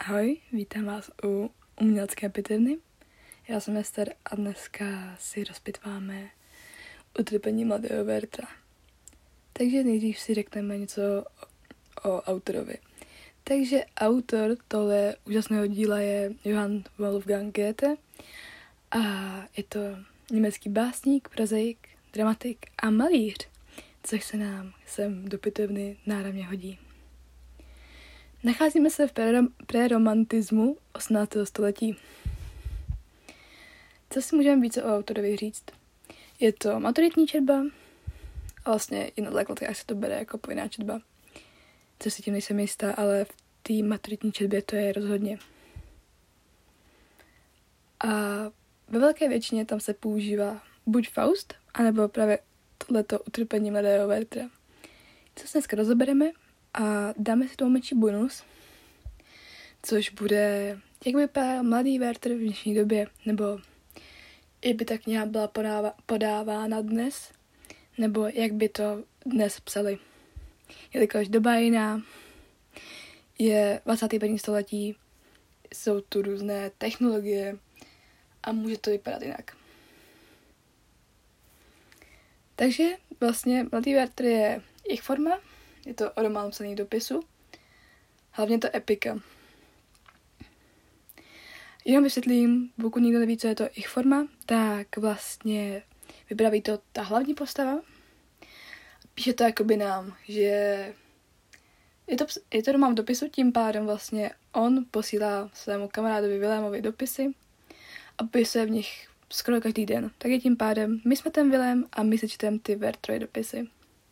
Ahoj, vítám vás u Umělecké pitevny. Já jsem Ester a dneska si rozpitváme Utrpení mladého Werthera. Takže nejdřív si řekneme něco o autorovi. Takže autor tohle úžasného díla je Johann Wolfgang Goethe a je to německý básník, prozaik, dramatik a malíř, což se nám sem do pitevny náramně hodí. Nacházíme se v preromantismu 18. století. Co si můžeme více o autorovi říct? Je to maturitní četba, a vlastně i na základkách se to bere jako povinná četba. Co si tím nejsem jistá, ale v té maturitní četbě to je rozhodně. A ve velké většině tam se používá buď Faust, anebo právě tohleto Utrpení mladého Werthera. Co se dneska rozebereme a dáme si tomu menší bonus, což bude, jak vypadá mladý Werther v dnešní době, nebo jak by ta kniha byla podávána dnes, nebo jak by to dnes psali. Jelikož doba je jiná, je 21. století, jsou tu různé technologie a může to vypadat jinak. Takže vlastně mladý Werther je jejich forma, je to román psaný dopisu, hlavně to epika. Jenom vysvětlím, pokud nikdo neví, co je to ich forma, tak vlastně vypraví to ta hlavní postava. Píše to jakoby nám, že je to román v dopisu, tím pádem vlastně on posílá svému kamarádovi Vilémovi dopisy a pisuje v nich skoro každý den. Tak je tím pádem, my jsme ten Vilém a my si čteme ty Wertherovy dopisy.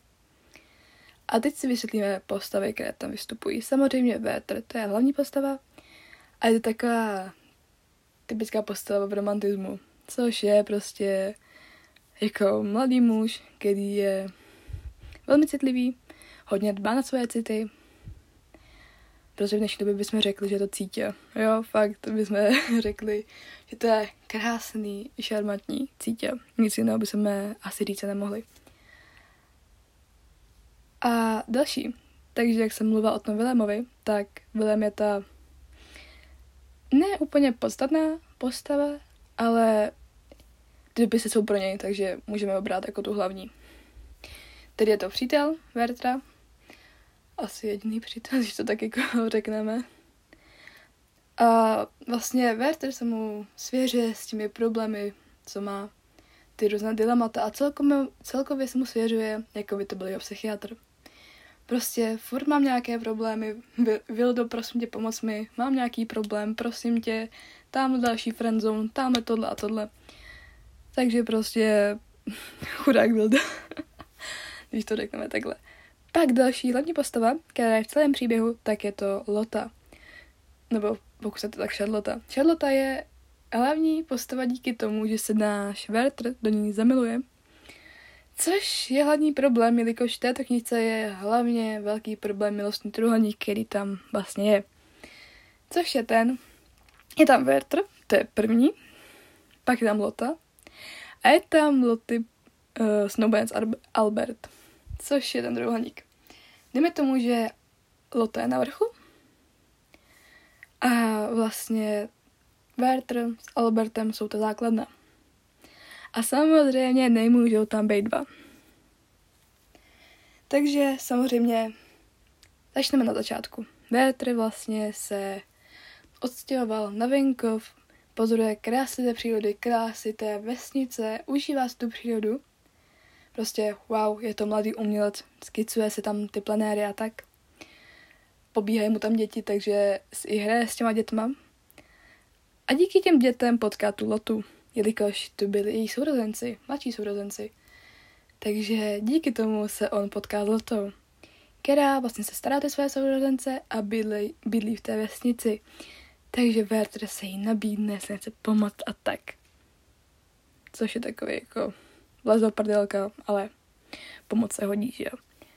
A teď si vysvětlíme postavy, které tam vystupují. Samozřejmě Werther, to je hlavní postava a je to taková typická postava v romantismu, což je prostě jako mladý muž, který je velmi citlivý, hodně dbá na své city, protože v dnešní době bychom řekli, že je to cítě. Jo, fakt bychom řekli, že to je krásný, šarmantní cítě. Nic jiného bychom asi říct nemohli. A další. Takže jak jsem mluvila o tom Vilémovi, tak Vilém je ta ne úplně podstatná postava, ale ty dopisy jsou pro něj, takže můžeme ho brát jako tu hlavní. Tedy je to přítel Werthera, asi jediný přítel, když to tak jako řekneme. A vlastně Werther se mu svěřuje s těmi problémy, co má, ty různé dilemata a celkově se mu svěřuje, jako by to byl jeho psychiatr. Prostě furt mám nějaké problémy, Vildo, prosím tě, pomoz mi, mám nějaký problém, prosím tě, tamhle další friendzone, tamhle tohle a tohle. Takže prostě chudák Vildo, když to řekneme takhle. Pak další hlavní postava, která je v celém příběhu, tak je to Lotta. Nebo pokud se to tak Charlotta. Charlotta je hlavní postava díky tomu, že se náš Werther do ní zamiluje. Což je hlavní problém, jelikož v této knižce je hlavně velký problém milostný trůhelník, který tam vlastně je. Což je je tam Werther, to je první, pak je tam Lotta a je tam Lotty snoubenec Albert, což je ten trůhelník. Dejme tomu, že Lotta je na vrchu a vlastně Werther s Albertem jsou ta základna. A samozřejmě nemůžou tam být dva. Takže samozřejmě začneme na začátku. Werther vlastně se odstěhoval na venkov, pozoruje krásy té přírody, krásy té vesnice, užívá si tu přírodu. Prostě wow, je to mladý umělec, skicuje se tam ty planéry a tak. Pobíhají mu tam děti, takže si hraje s těma dětma. A díky těm dětem potká tu Lotu, jelikož to byli její sourozenci, mladší sourozenci. Takže díky tomu se on potká s Lotou, která vlastně se stará o ty své sourozence a bydlí v té vesnici. Takže Werther se jí nabídne, se chce pomoct a tak. Což je takový jako vlez do prdelka, ale pomoc se hodí, že jo.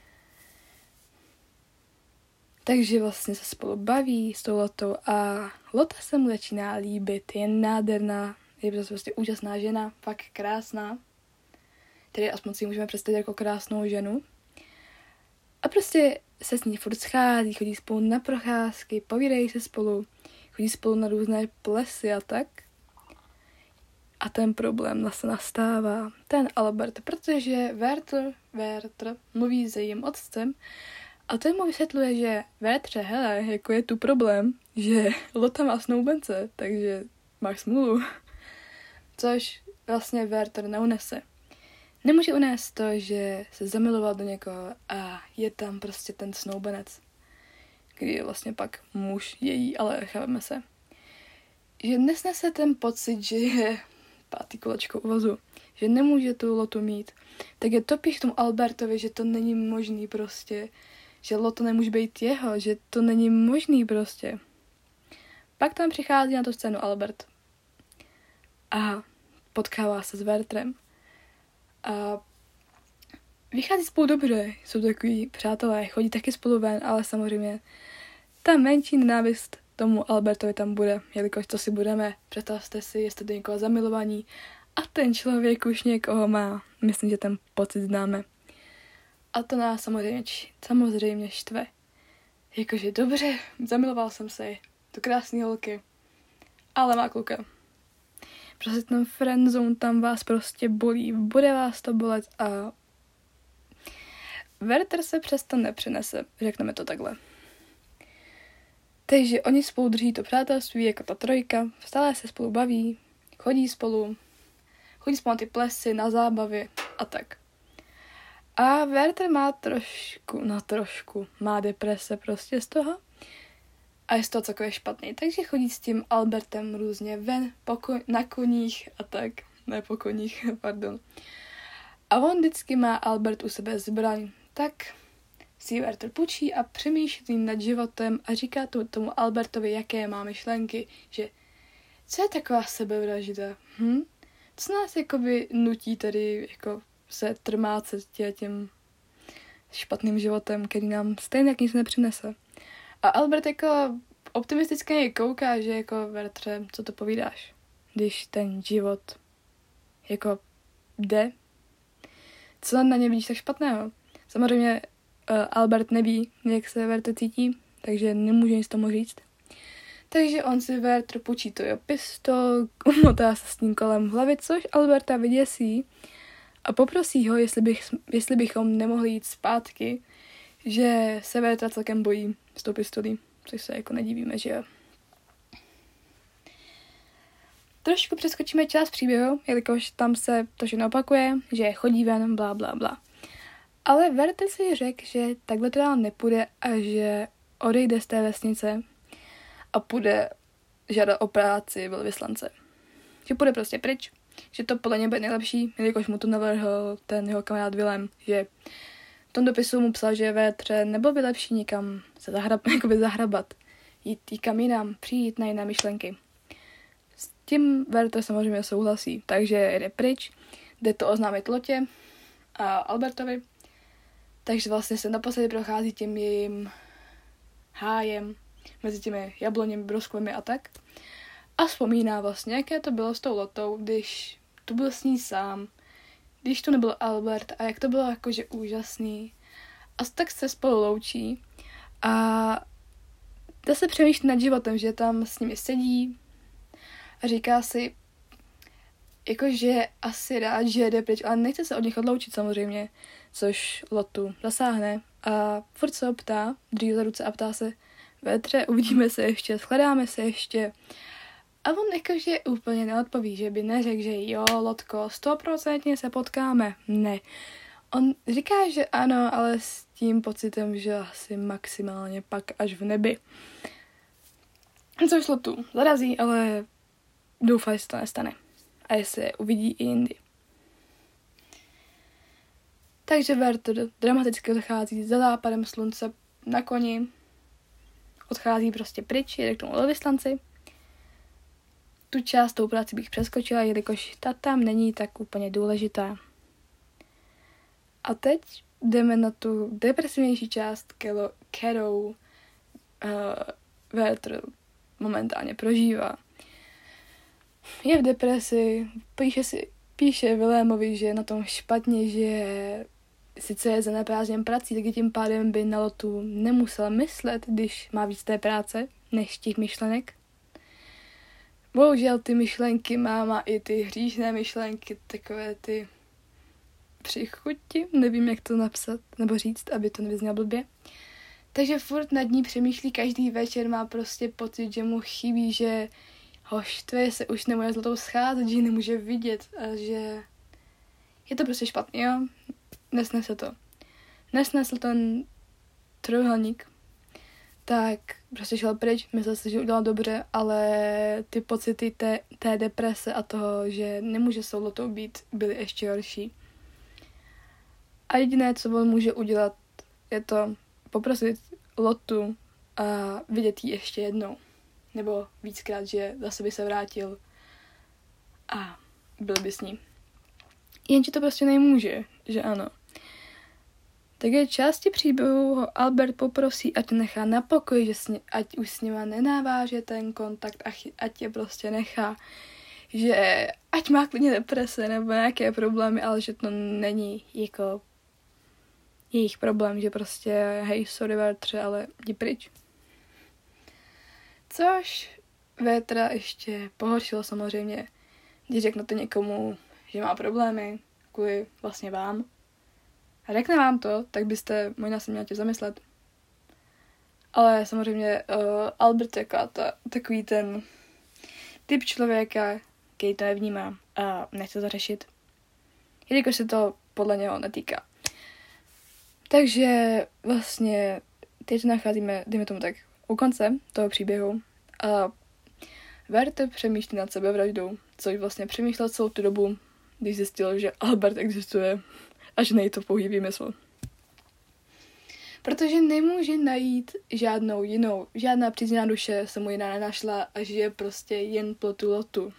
Takže vlastně se spolu baví s tou Lotou a Lotta se mu začíná líbit, je nádherná, je prostě úžasná žena, fakt krásná. Tedy aspoň si ji můžeme představit jako krásnou ženu. A prostě se s ní furt schází, chodí spolu na procházky, povídají se spolu. chodí spolu na různé plesy a tak. A ten problém zase nastává. Ten Albert, protože Werther mluví s jejím otcem a ten mu vysvětluje, že Wertře, hele, jako je tu problém, že Lotta má snoubence, takže máš smůlu. Což vlastně Werther neunese. Nemůže unést to, že se zamiloval do někoho a je tam prostě ten snoubenec, kdy je vlastně pak muž její, ale chápeme se. Že nesnese ten pocit, že je pátý kolečko u vozu, že nemůže tu Lotu mít. Tak je to píš tomu Albertovi, že to není možný prostě, že Lotta nemůže být jeho, že to není možný prostě. Pak tam přichází na tu scénu Albert a potkává se s Wertherem. A vychází spolu dobře, jsou takový přátelé, chodí taky spolu ven, ale samozřejmě ta menší nenávist tomu Albertovi tam bude, jelikož to si budeme, představte si, jste do někoho zamilovaní a ten člověk už někoho má. Myslím, že ten pocit známe. A to nás samozřejmě štve. Jakože dobře, zamiloval jsem se do krásné holky, ale má kluka. Prostě ten friendzone tam vás prostě bolí, bude vás to bolet a Werther se přesto nepřenese, řekneme to takhle. Takže oni spolu drží to přátelství jako ta trojka, stále se spolu baví, chodí spolu na ty plesy, na zábavy a tak. A Werther má trošku, má deprese prostě z toho a je z toho celkově špatný, takže chodí s tím Albertem různě ven na koních a tak, ne po koních, pardon. A on vždycky má Albert u sebe zbraň, tak si Werther půjčí a přemýšlí nad životem a říká tomu Albertovi, jaké má myšlenky, že co je taková sebevražda, Co nás jakoby nutí tady jako se trmácet tím špatným životem, který nám stejně nic nepřinese. A Albert jako optimisticky kouká, že jako Werthere, co to povídáš, když ten život jako jde, co na ně vidíš tak špatného. Samozřejmě Albert neví, jak se Werther cítí, takže nemůže nic tomu říct. Takže on si Werther půjčí to jo pistol, umotá se s ním kolem hlavy, což Alberta vyděsí a poprosí ho, jestli bychom nemohli jít zpátky, že se Werther celkem bojí s tou pistolí, což se jako nedivíme, že jo. Trošku přeskočíme část příběhu, jelikož tam se to všechno opakuje, že chodí ven, blá, blá, blá. Ale Werther si řekl, že takhle to dál nepůjde a že odejde z té vesnice a půjde žádat o práci velvyslance. Že půjde prostě pryč, že to podle něj bude nejlepší, jelikož mu to navrhl ten jeho kamarád Willem, že v tom dopisu mu psal, že Werther nebylo by lepší někam se zahrabat, jít kam jinam, přijít na jiné myšlenky. S tím Werther samozřejmě souhlasí, takže jde pryč, jde to oznámit Lotě a Albertovi, takže vlastně se naposledy prochází tím jejím hájem, mezi těmi jabloněmi, broskvemi a tak. A vzpomíná vlastně, jaké to bylo s tou Lotou, když tu byl s ní sám, když tu nebyl Albert a jak to bylo jakože úžasný. A tak se spolu loučí a zase přemýšlí nad životem, že tam s nimi sedí a říká si, jakože je asi rád, že jde pryč, ale nechce se od nich odloučit samozřejmě, což Lotu zasáhne a furt se ho ptá, drží za ruce a ptá se, Werthere, uvidíme se ještě, shledáme se ještě. A on jakože úplně neodpoví, že by neřekl, že jo, Lotko, 100% se potkáme. Ne. On říká, že ano, ale s tím pocitem, že asi maximálně pak až v nebi. Což Lotu zarazí, ale doufá, že se to nestane. A že se uvidí i jindy. Takže Werther dramaticky odchází za západem slunce na koni, odchází prostě pryč, jede k tomu velvyslanci. Tu část tou práci bych přeskočila, jelikož ta tam není tak úplně důležitá. A teď jdeme na tu depresivnější část, kterou Werther momentálně prožívá. Je v depresi, píše Willémovi, že je na tom špatně, že sice je zaneprázdněn prací, tak tím pádem by na Lotu nemusel myslet, když má víc té práce, než těch myšlenek. bohužel ty myšlenky máma i ty hříšné myšlenky, takové ty přichuti, nevím, jak to napsat nebo říct, aby to nevyznělo blbě. Takže furt nad ní přemýšlí každý večer, má prostě pocit, že mu chybí, že ho štve, se už nemůže zlatou scházet, že ji nemůže vidět a že je to prostě špatný, jo. Nesnese to. Nesnesl ten trojúhelník, tak prostě šel pryč, myslel si, že udělal dobře, ale ty pocity té deprese a toho, že nemůže s tou lotou být, byly ještě horší. A jediné, co on může udělat, je to poprosit lotu a vidět ji ještě jednou. Nebo víckrát, že zase by se vrátil a byl by s ní. Jenže to prostě nemůže, že ano. Takže části příběhu ho Albert poprosí, ať nechá na pokoji, že ať už s nima nenaváže ten kontakt, ať je prostě nechá, že ať má klidně deprese nebo nějaké problémy, ale že to není jako jejich problém, že prostě hej, sorry Wertře, ale jdi pryč. Což Wertra ještě pohoršilo samozřejmě, když řeknete někomu, že má problémy kvůli vlastně vám. A řekne vám to, tak byste možná se měli zamyslet. Ale samozřejmě Albert je takový ten typ člověka, který to nevnímá a nechce to řešit. Jelikož se to podle něho netýká. Takže vlastně teď se nacházíme, dejme tomu tak, u konce toho příběhu a Werther přemýšlí nad sebevraždou, což vlastně přemýšlel celou tu dobu, když zjistil, že Albert existuje a že není to pouhý výmysl. Protože nemůže najít žádnou jinou, žádná přízněná duše se mu jiná nenašla a žije prostě jen pro tu lotu.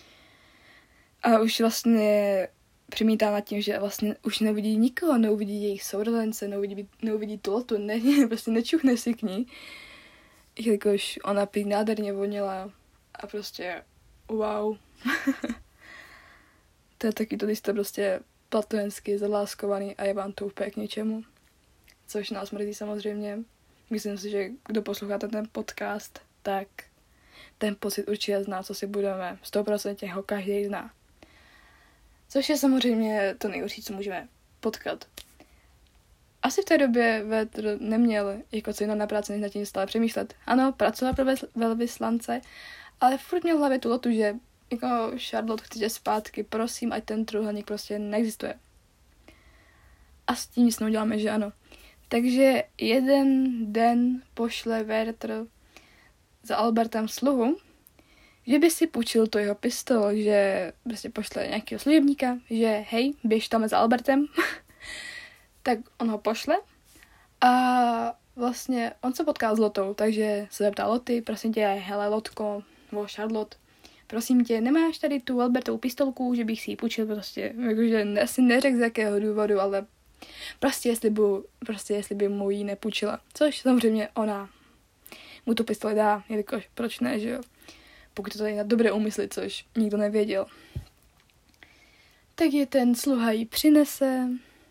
A už vlastně přemítá nad tím, že vlastně už neuvidí nikoho, neuvidí jejich sourozence, neuvidí tu lotu, prostě nečuchne si k ní, jelikož ona prý nádherně vonila a prostě wow. To je taky to, když jste prostě platonicky zaláskovaný a je vám to úplně k něčemu. Což nás mrzí samozřejmě. Myslím si, že kdo posloucháte ten podcast, tak ten pocit určitě zná, co si budeme. 100% ho každý zná. Což je samozřejmě to nejhorší, co můžeme potkat. Asi v té době Werther neměl jako co jiného na práci, než nad tím stále přemýšlet. Ano, pracoval pro velvyslance, ale furt měl v hlavě tu lotu, že jako Charlotte, chcete zpátky, prosím, ať ten trojúhelník prostě neexistuje. A s tím nic neuděláme, že ano. Takže jeden den pošle Werther za Albertem sluhu, že by si půjčil to jeho pistol, že prostě pošle nějakého služebníka, že hej, běž tam za Albertem. Tak on ho pošle a vlastně on se potká s Lotou, takže se zeptá Loty, prosím tě, hele Lotko, nebo Charlotte, prosím tě, nemáš tady tu Albertovou pistolku, že bych si ji půjčil prostě, jakože asi neřekl z jakého důvodu, ale prostě jestli by mu ji nepůjčila. Což samozřejmě ona mu tu pistoli dá, jelikož proč ne, že jo. Pokud to tady na dobré úmysly, což nikdo nevěděl. Tak je ten sluha ji přinese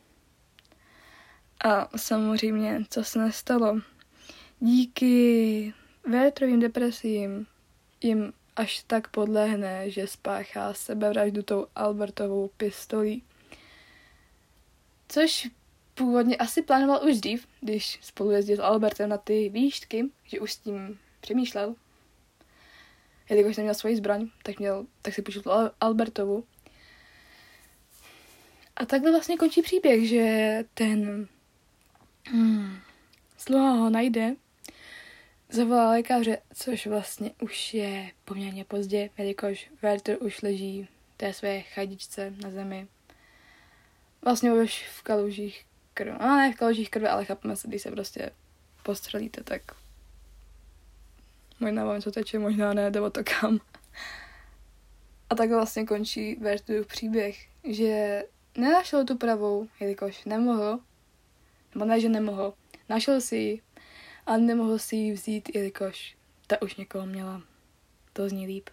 a samozřejmě, co se nestalo. Díky Wertherovým depresím jim až tak podlehne, že spáchá sebevraždu tou Albertovou pistolí. Což původně asi plánoval už dřív, když spolu jezdil s Albertem na ty výšky, že už s tím přemýšlel. Jelikož neměl svoji zbraň, tak si půjčil Albertovu. A takhle vlastně končí příběh, že ten sluha ho najde, zavolá lékaře, což vlastně už je poměrně pozdě, jelikož Werther už leží v té své chajdičce na zemi. Vlastně už v kalužích krve. No ne v kalužích krve, ale chápeme se, když se prostě postřelíte, tak možná vám co teče, možná ne, nebo to kam. A takhle vlastně končí Wertherův příběh, že nenašel tu pravou, jelikož nemohl, nebo ne, že nemohl, našel si ji a nemohl si ji vzít, jelikož ta už někoho měla. To zní líp.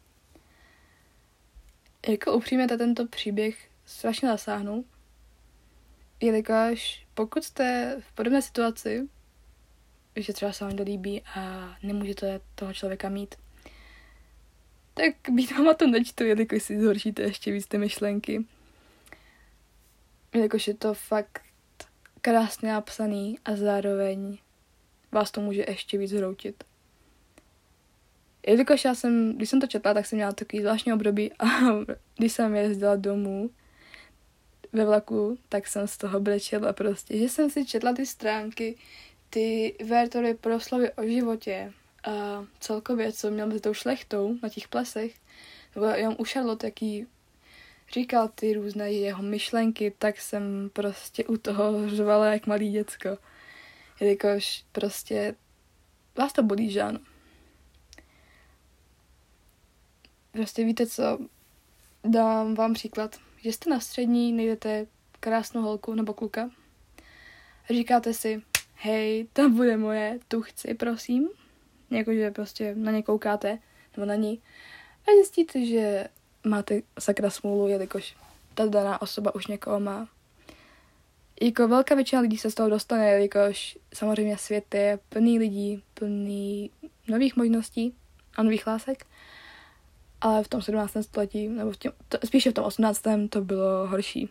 Jako upřímně tento příběh strašně zasáhnul, jelikož pokud jste v podobné situaci, že třeba se vám to líbí a nemůžete toho člověka mít, tak být mama to nečtu, jelikož si zhoršíte ještě víc ty myšlenky. Jelikož je to fakt krásně napsaný a zároveň vás to může ještě víc zhroutit. Jelikož když jsem to četla, tak jsem měla takový zvláštní období a když jsem jezdila domů ve vlaku, tak jsem z toho brečela prostě, že jsem si četla ty stránky, ty Wertherovy proslovy o životě a celkově, co měl mezi tou šlechtou na těch plesech, nebo jenom u Charlotte, jaký říkal ty různé jeho myšlenky, tak jsem prostě u toho řvala jak malý děcko. Jelikož prostě vás to bolí, že ano. Prostě víte co, dám vám příklad, že jste na střední, najdete krásnou holku nebo kluka a říkáte si, hej, tam bude moje, tu chci, prosím. Jakože prostě na ně koukáte, nebo na ní. A zjistíte, že máte sakra smůlu, jelikož ta daná osoba už někoho má. Jako velká většina lidí se z toho dostane, jelikož samozřejmě svět je plný lidí, plný nových možností a nových lásek. Ale v tom 17. století, nebo spíše v tom 18. to bylo horší.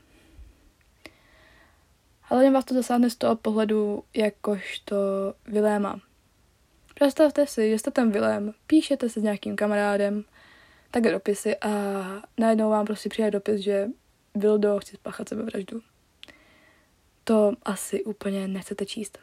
Ale vás to zasáhne z toho pohledu jakožto Viléma. Představte si, že jste ten Vilém, píšete se s nějakým kamarádem, tak dopisy a najednou vám prostě přijde dopis, že Vildo, chci spáchat sebevraždu. To asi úplně nechcete číst.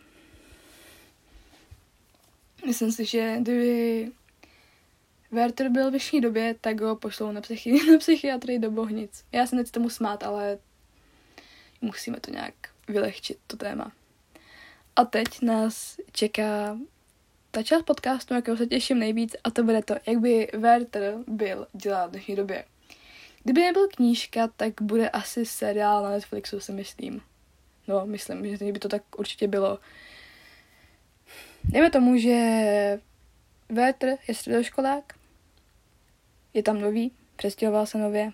Myslím si, že kdyby Werther byl v dnešní době, tak ho pošlou na psychiatrii do Bohnic. Já se nechci tomu smát, ale musíme to nějak vylehčit, to téma. A teď nás čeká ta část podcastu, jakého se těším nejvíc, a to bude to, jak by Werther byl dělat v dnešní době. Kdyby nebyl knížka, tak bude asi seriál na Netflixu, si myslím. No, myslím, že by to tak určitě bylo. Dejme tomu, že Werther je středoškolák, je tam nový, přestěhoval se nově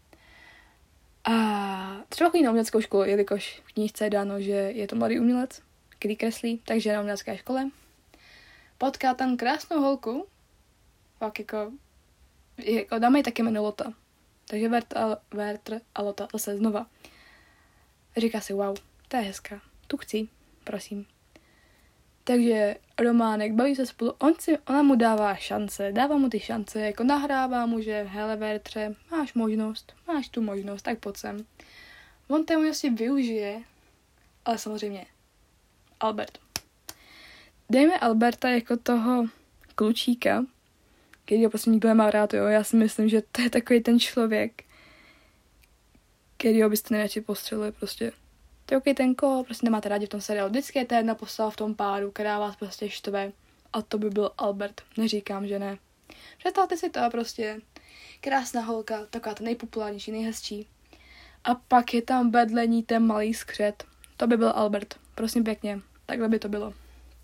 a třeba chodí na uměleckou školu, jelikož v knížce je dáno, že je to mladý umělec, který kreslí, takže je na umělecké škole. Potká tam krásnou holku, pak jako dáme jí taky jméno Lota. Takže Werther a Lota zase znova. Říká si, wow, to je hezká, tu chci, prosím. Takže románek, baví se spolu, ona mu dává šance, dává mu ty šance, jako nahrává mu, že hele Werthere, máš tu možnost, tak pojď sem. On té možnosti využije, ale samozřejmě Albert. Dejme Alberta jako toho klučíka, který ho prostě nikdo nemá rád, jo. Já si myslím, že to je takový ten člověk, kterýho byste nejradši postřelili prostě. To je okej ten koho, prostě nemáte rádi v tom seriálu. Vždycky je ta jedna postava v tom páru, která vás prostě štve. A to by byl Albert. Neříkám, že ne. Představte si to, prostě krásná holka, taková ta nejpopulárnější, nejhezčí. A pak je tam vedle ní ten malý skřet. To by byl Albert. Prosím pěkně, takhle by to bylo.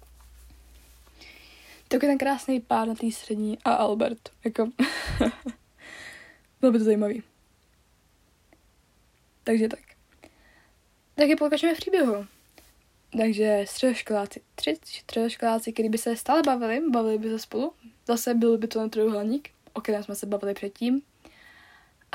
Tak je ten krásný pár na té střední a Albert. Jako bylo by to zajímavý. Takže tak. Tak pokračujeme v příběhu. Takže tři středoškoláci, kteří by se stále bavili by se spolu. Zase byl by to ten trojúhelník, o kterém jsme se bavili předtím. A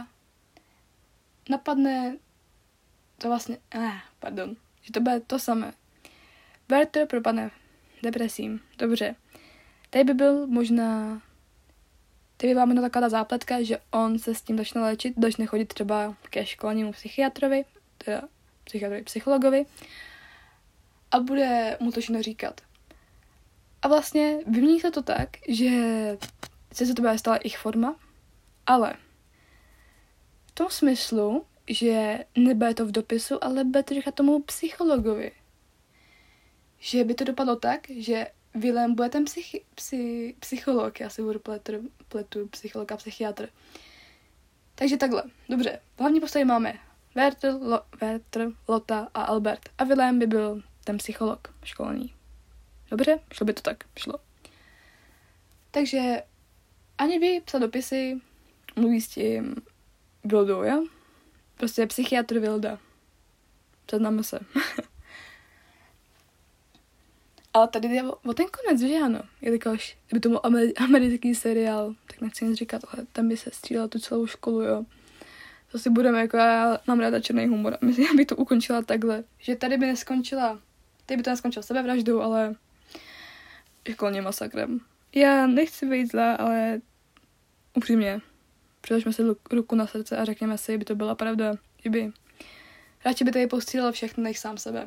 napadne to vlastně, že to bude to samé. Werther propadne depresím, dobře. Tady by byla možná taková ta zápletka, že on se s tím začne léčit, začne chodit třeba ke školnímu psychologovi a bude mu to všechno říkat. A vlastně vymění se to tak, že se to bude stále ich forma, ale v tom smyslu, že nebude to v dopisu, ale bude to říkat tomu psychologovi. Že by to dopadlo tak, že Willem bude ten psycholog, já si budu pletu psycholog a psychiatr. Takže takhle, dobře, hlavní postavy máme Werther, Lota a Albert. A Willem by byl ten psycholog školní. Dobře, šlo by to tak, šlo. Takže ani by psal dopisy, mluví s tím Vildou, jo? Prostě psychiatr Vilda. Přeznáme se. Ale tady jde o ten konec, že ano. Jelikož, kdyby to byl americký seriál, tak nechci nic říkat, ale tam by se střílel tu celou školu, jo. To si budeme, jako já mám ráda černý humor. Myslím, aby to ukončila takhle. Že tady by to neskončilo sebevraždou, ale školním masakrem. Já nechci být zlá, ale upřímně, přiložme si ruku na srdce a řekněme si, by to byla pravda, že by radši by tady postřílel všechny než sám sebe.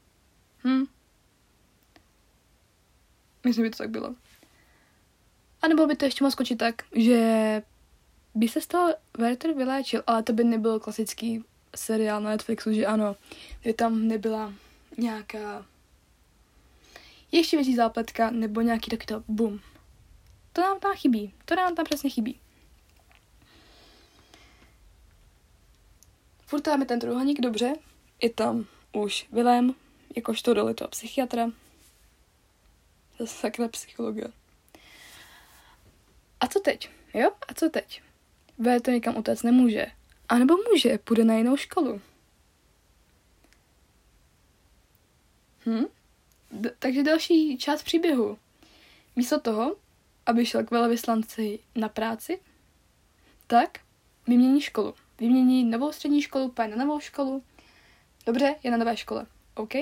Myslím, že by to tak bylo. A nebo by to ještě mohlo skočit tak, že by se z toho Werther vyléčil, ale to by nebyl klasický seriál na Netflixu, že ano, že tam nebyla nějaká ještě větší zápletka nebo nějaký taky to bum. To nám tam chybí. To nám tam přesně chybí. Furt tam je ten trůhelník, dobře. Je tam už Willem, jakožto roli toho psychiatra. Zase sakra psychologie. A co teď? Jo? A co teď? Werther nikam utéct nemůže. A nebo může, půjde na jinou školu. Takže další část příběhu. Místo toho, aby šel k velvyslanci na práci, tak vymění školu. Vymění novou střední školu, půjde na novou školu. Dobře, je na nové škole. OK?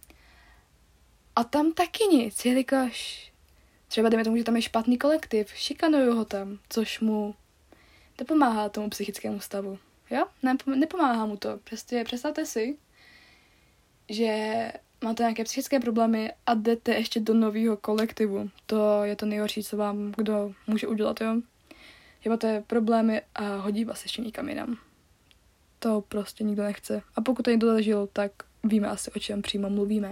A tam taky nic, jelikož třeba dejme tomu, že tam je špatný kolektiv, šikanují ho tam, což mu nepomáhá tomu psychickému stavu. Jo? Nepomáhá mu to. Prostě představte si, že máte nějaké psychické problémy a jdete ještě do nového kolektivu. To je to nejhorší, co vám kdo může udělat, jo? Že máte problémy a hodí vás ještě někam jinam. To prostě nikdo nechce. A pokud to někdo zažil, tak víme asi, o čem přímo mluvíme.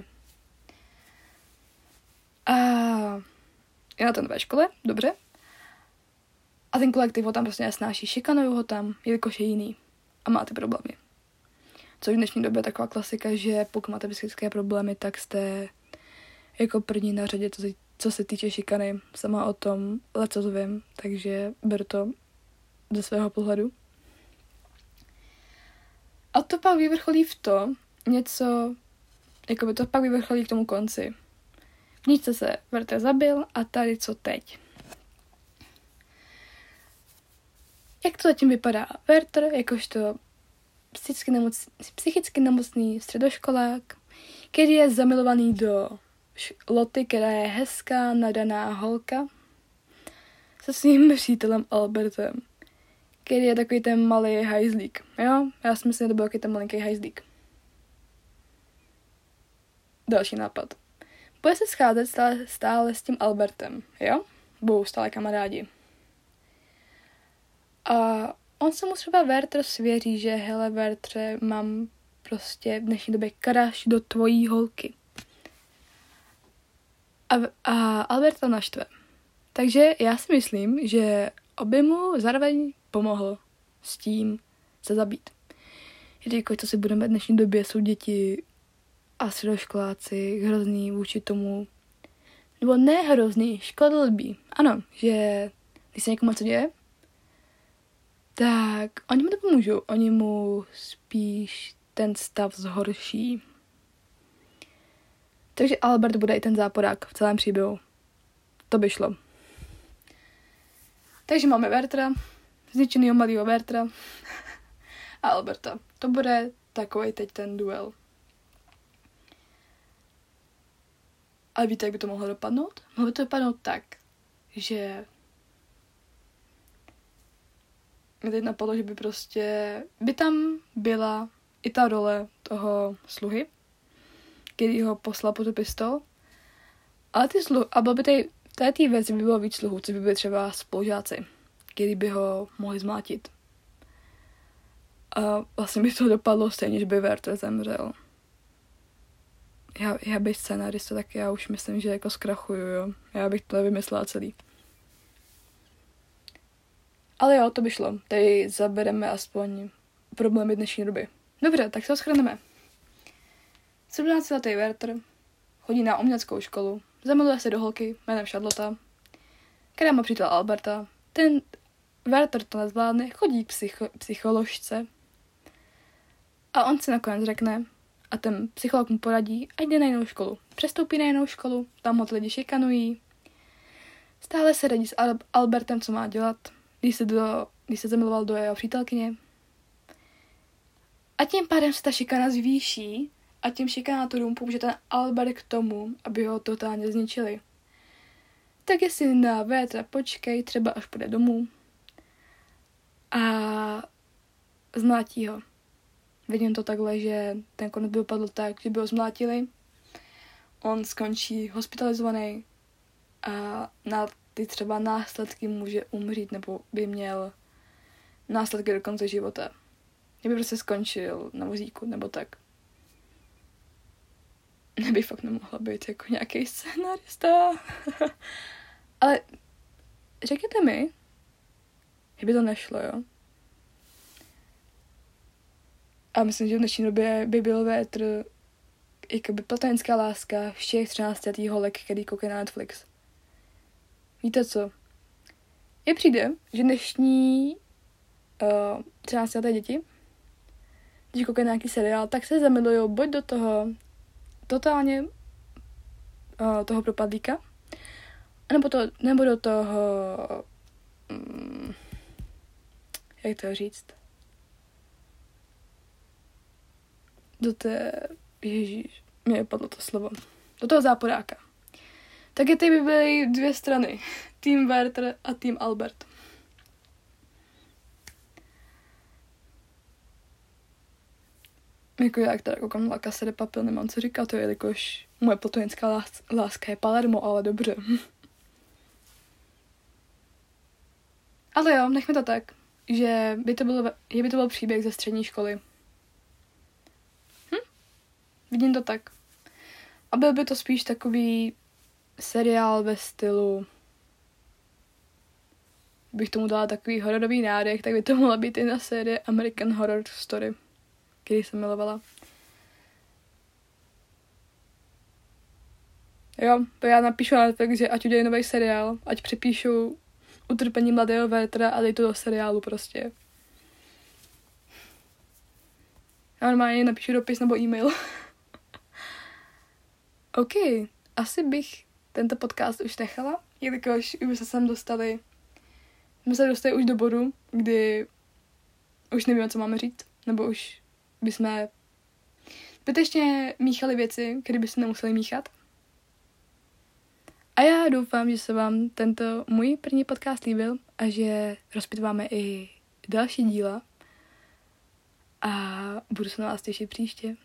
A je na té nové škole, dobře. A ten kolektiv ho tam prostě nesnáší, šikanují ho tam, jelikož je jiný a má ty problémy. Což v dnešní době je taková klasika, že pokud máte psychické problémy, tak jste jako první na řadě, co se týče šikany. Sama o tom lecos vím, takže beru to ze svého pohledu. A to pak vyvrcholí v to něco, jako by to pak vyvrcholí k tomu konci. V knížce se Werther zabil a tady co teď. Jak to zatím vypadá? Werther, jakožto psychicky nemocný středoškolák, který je zamilovaný do Loty, která je hezká, nadaná holka, se svým přítelem Albertem, který je takový ten malý hajzlík. Jo? Já si myslím, že to byl takový ten malinký hajzlík. Další nápad. Bude se scházet stále s tím Albertem, jo? Budou stále kamarádi. A on se mu třeba Werther svěří, že hele Werther, mám prostě v dnešní době crush do tvojí holky. A Albert to naštve. Takže já si myslím, že aby mu zároveň pomohl s tím se zabít. Jelikož co si budeme v dnešní době, jsou děti a středoškoláci hrozný vůči tomu, nebo ne hrozný, škodolibý. Ano, že když se někomu co děje, tak oni mu nepomůžou, oni mu spíš ten stav zhorší. Takže Albert bude i ten záporák v celém příběhu. To by šlo. Takže máme Werthera, zničenýho malýho Werthera a Alberta. To bude takovej teď ten duel. A víte, jak by to mohlo dopadnout? Mohlo by to dopadnout tak, že mě teď napadlo, že by prostě by tam byla i ta role toho sluhy, který ho poslal po tu pistol. Ale a bylo by té věci by bylo víc sluhů, co by byly třeba spolužáci, který by ho mohli zmlátit. A vlastně by to dopadlo stejně, že by Werther zemřel. Já bych scénarista, tak já už myslím, že jako zkrachuju, jo. Já bych to nevymyslela celý. Ale jo, to by šlo. Tady zabereme aspoň problémy dnešní doby. Dobře, tak se ho shrneme. 17letý Werther chodí na uměleckou školu, zamiluje se do holky jménem Charlotte, která má přítel Alberta. Ten Werther to nezvládne, chodí k psycholožce a on si nakonec řekne, a ten psycholog mu poradí, ať jde na jinou školu. Přestoupí na jinou školu, tam ho lidi šikanují. Stále se radí s Albertem, co má dělat, když se zamiloval do jeho přítelkyně. A tím pádem se ta šikana zvýší a těm šikanátorům pomůže ten Albert k tomu, aby ho totálně zničili. Tak jestli na Vétra počkej, třeba až půjde domů a zmlátí ho. Vidím to takhle, že ten konec by dopadl tak, že by ho zmlátili, on skončí hospitalizovaný a na ty třeba následky může umřít nebo by měl následky do konce života. Kdyby prostě skončil na vozíku nebo tak. Neby fakt nemohla být jako nějaký scénarista. Ale řekněte mi, že by to nešlo, jo? A myslím, že v dnešní době by byl Vétr jakoby platonická láska všech 13letých holek, který koukají na Netflix. Víte co? Je přijde, že dnešní 13leté děti, když koukají na nějaký seriál, tak se zamilujou buď do toho totálně toho propadlíka, nebo do toho jak to říct? Do té, ježíš, mě padlo to slovo. Do toho záporáka. Takže ty by byly dvě strany. Tým Werther a tým Albert. Jako jak teda koukám na La Casa de Papel, nemám co říkat, to je, jelikož moje platonická láska je Palermo, ale dobře. Ale jo, nechme to tak, že by to byl příběh ze střední školy. Vidím to tak. A byl by to spíš takový seriál ve stylu, bych tomu dala takový hororový nádech, tak by to mohla být jedna série American Horror Story, který jsem milovala. Jo, to já napíšu na Netflix, že ať udělají nový seriál, ať přepíšou utrpení mladého Vétra a dej to do seriálu prostě. Já normálně napíšu dopis nebo e-mail. OK, asi bych tento podcast už nechala, jelikož už jsme dostali už do bodu, kdy už nevíme, co máme říct, nebo už bychom zbytečně míchali věci, které bychom nemuseli míchat. A já doufám, že se vám tento můj první podcast líbil a že rozpitváme i další díla a budu se na vás těšit příště.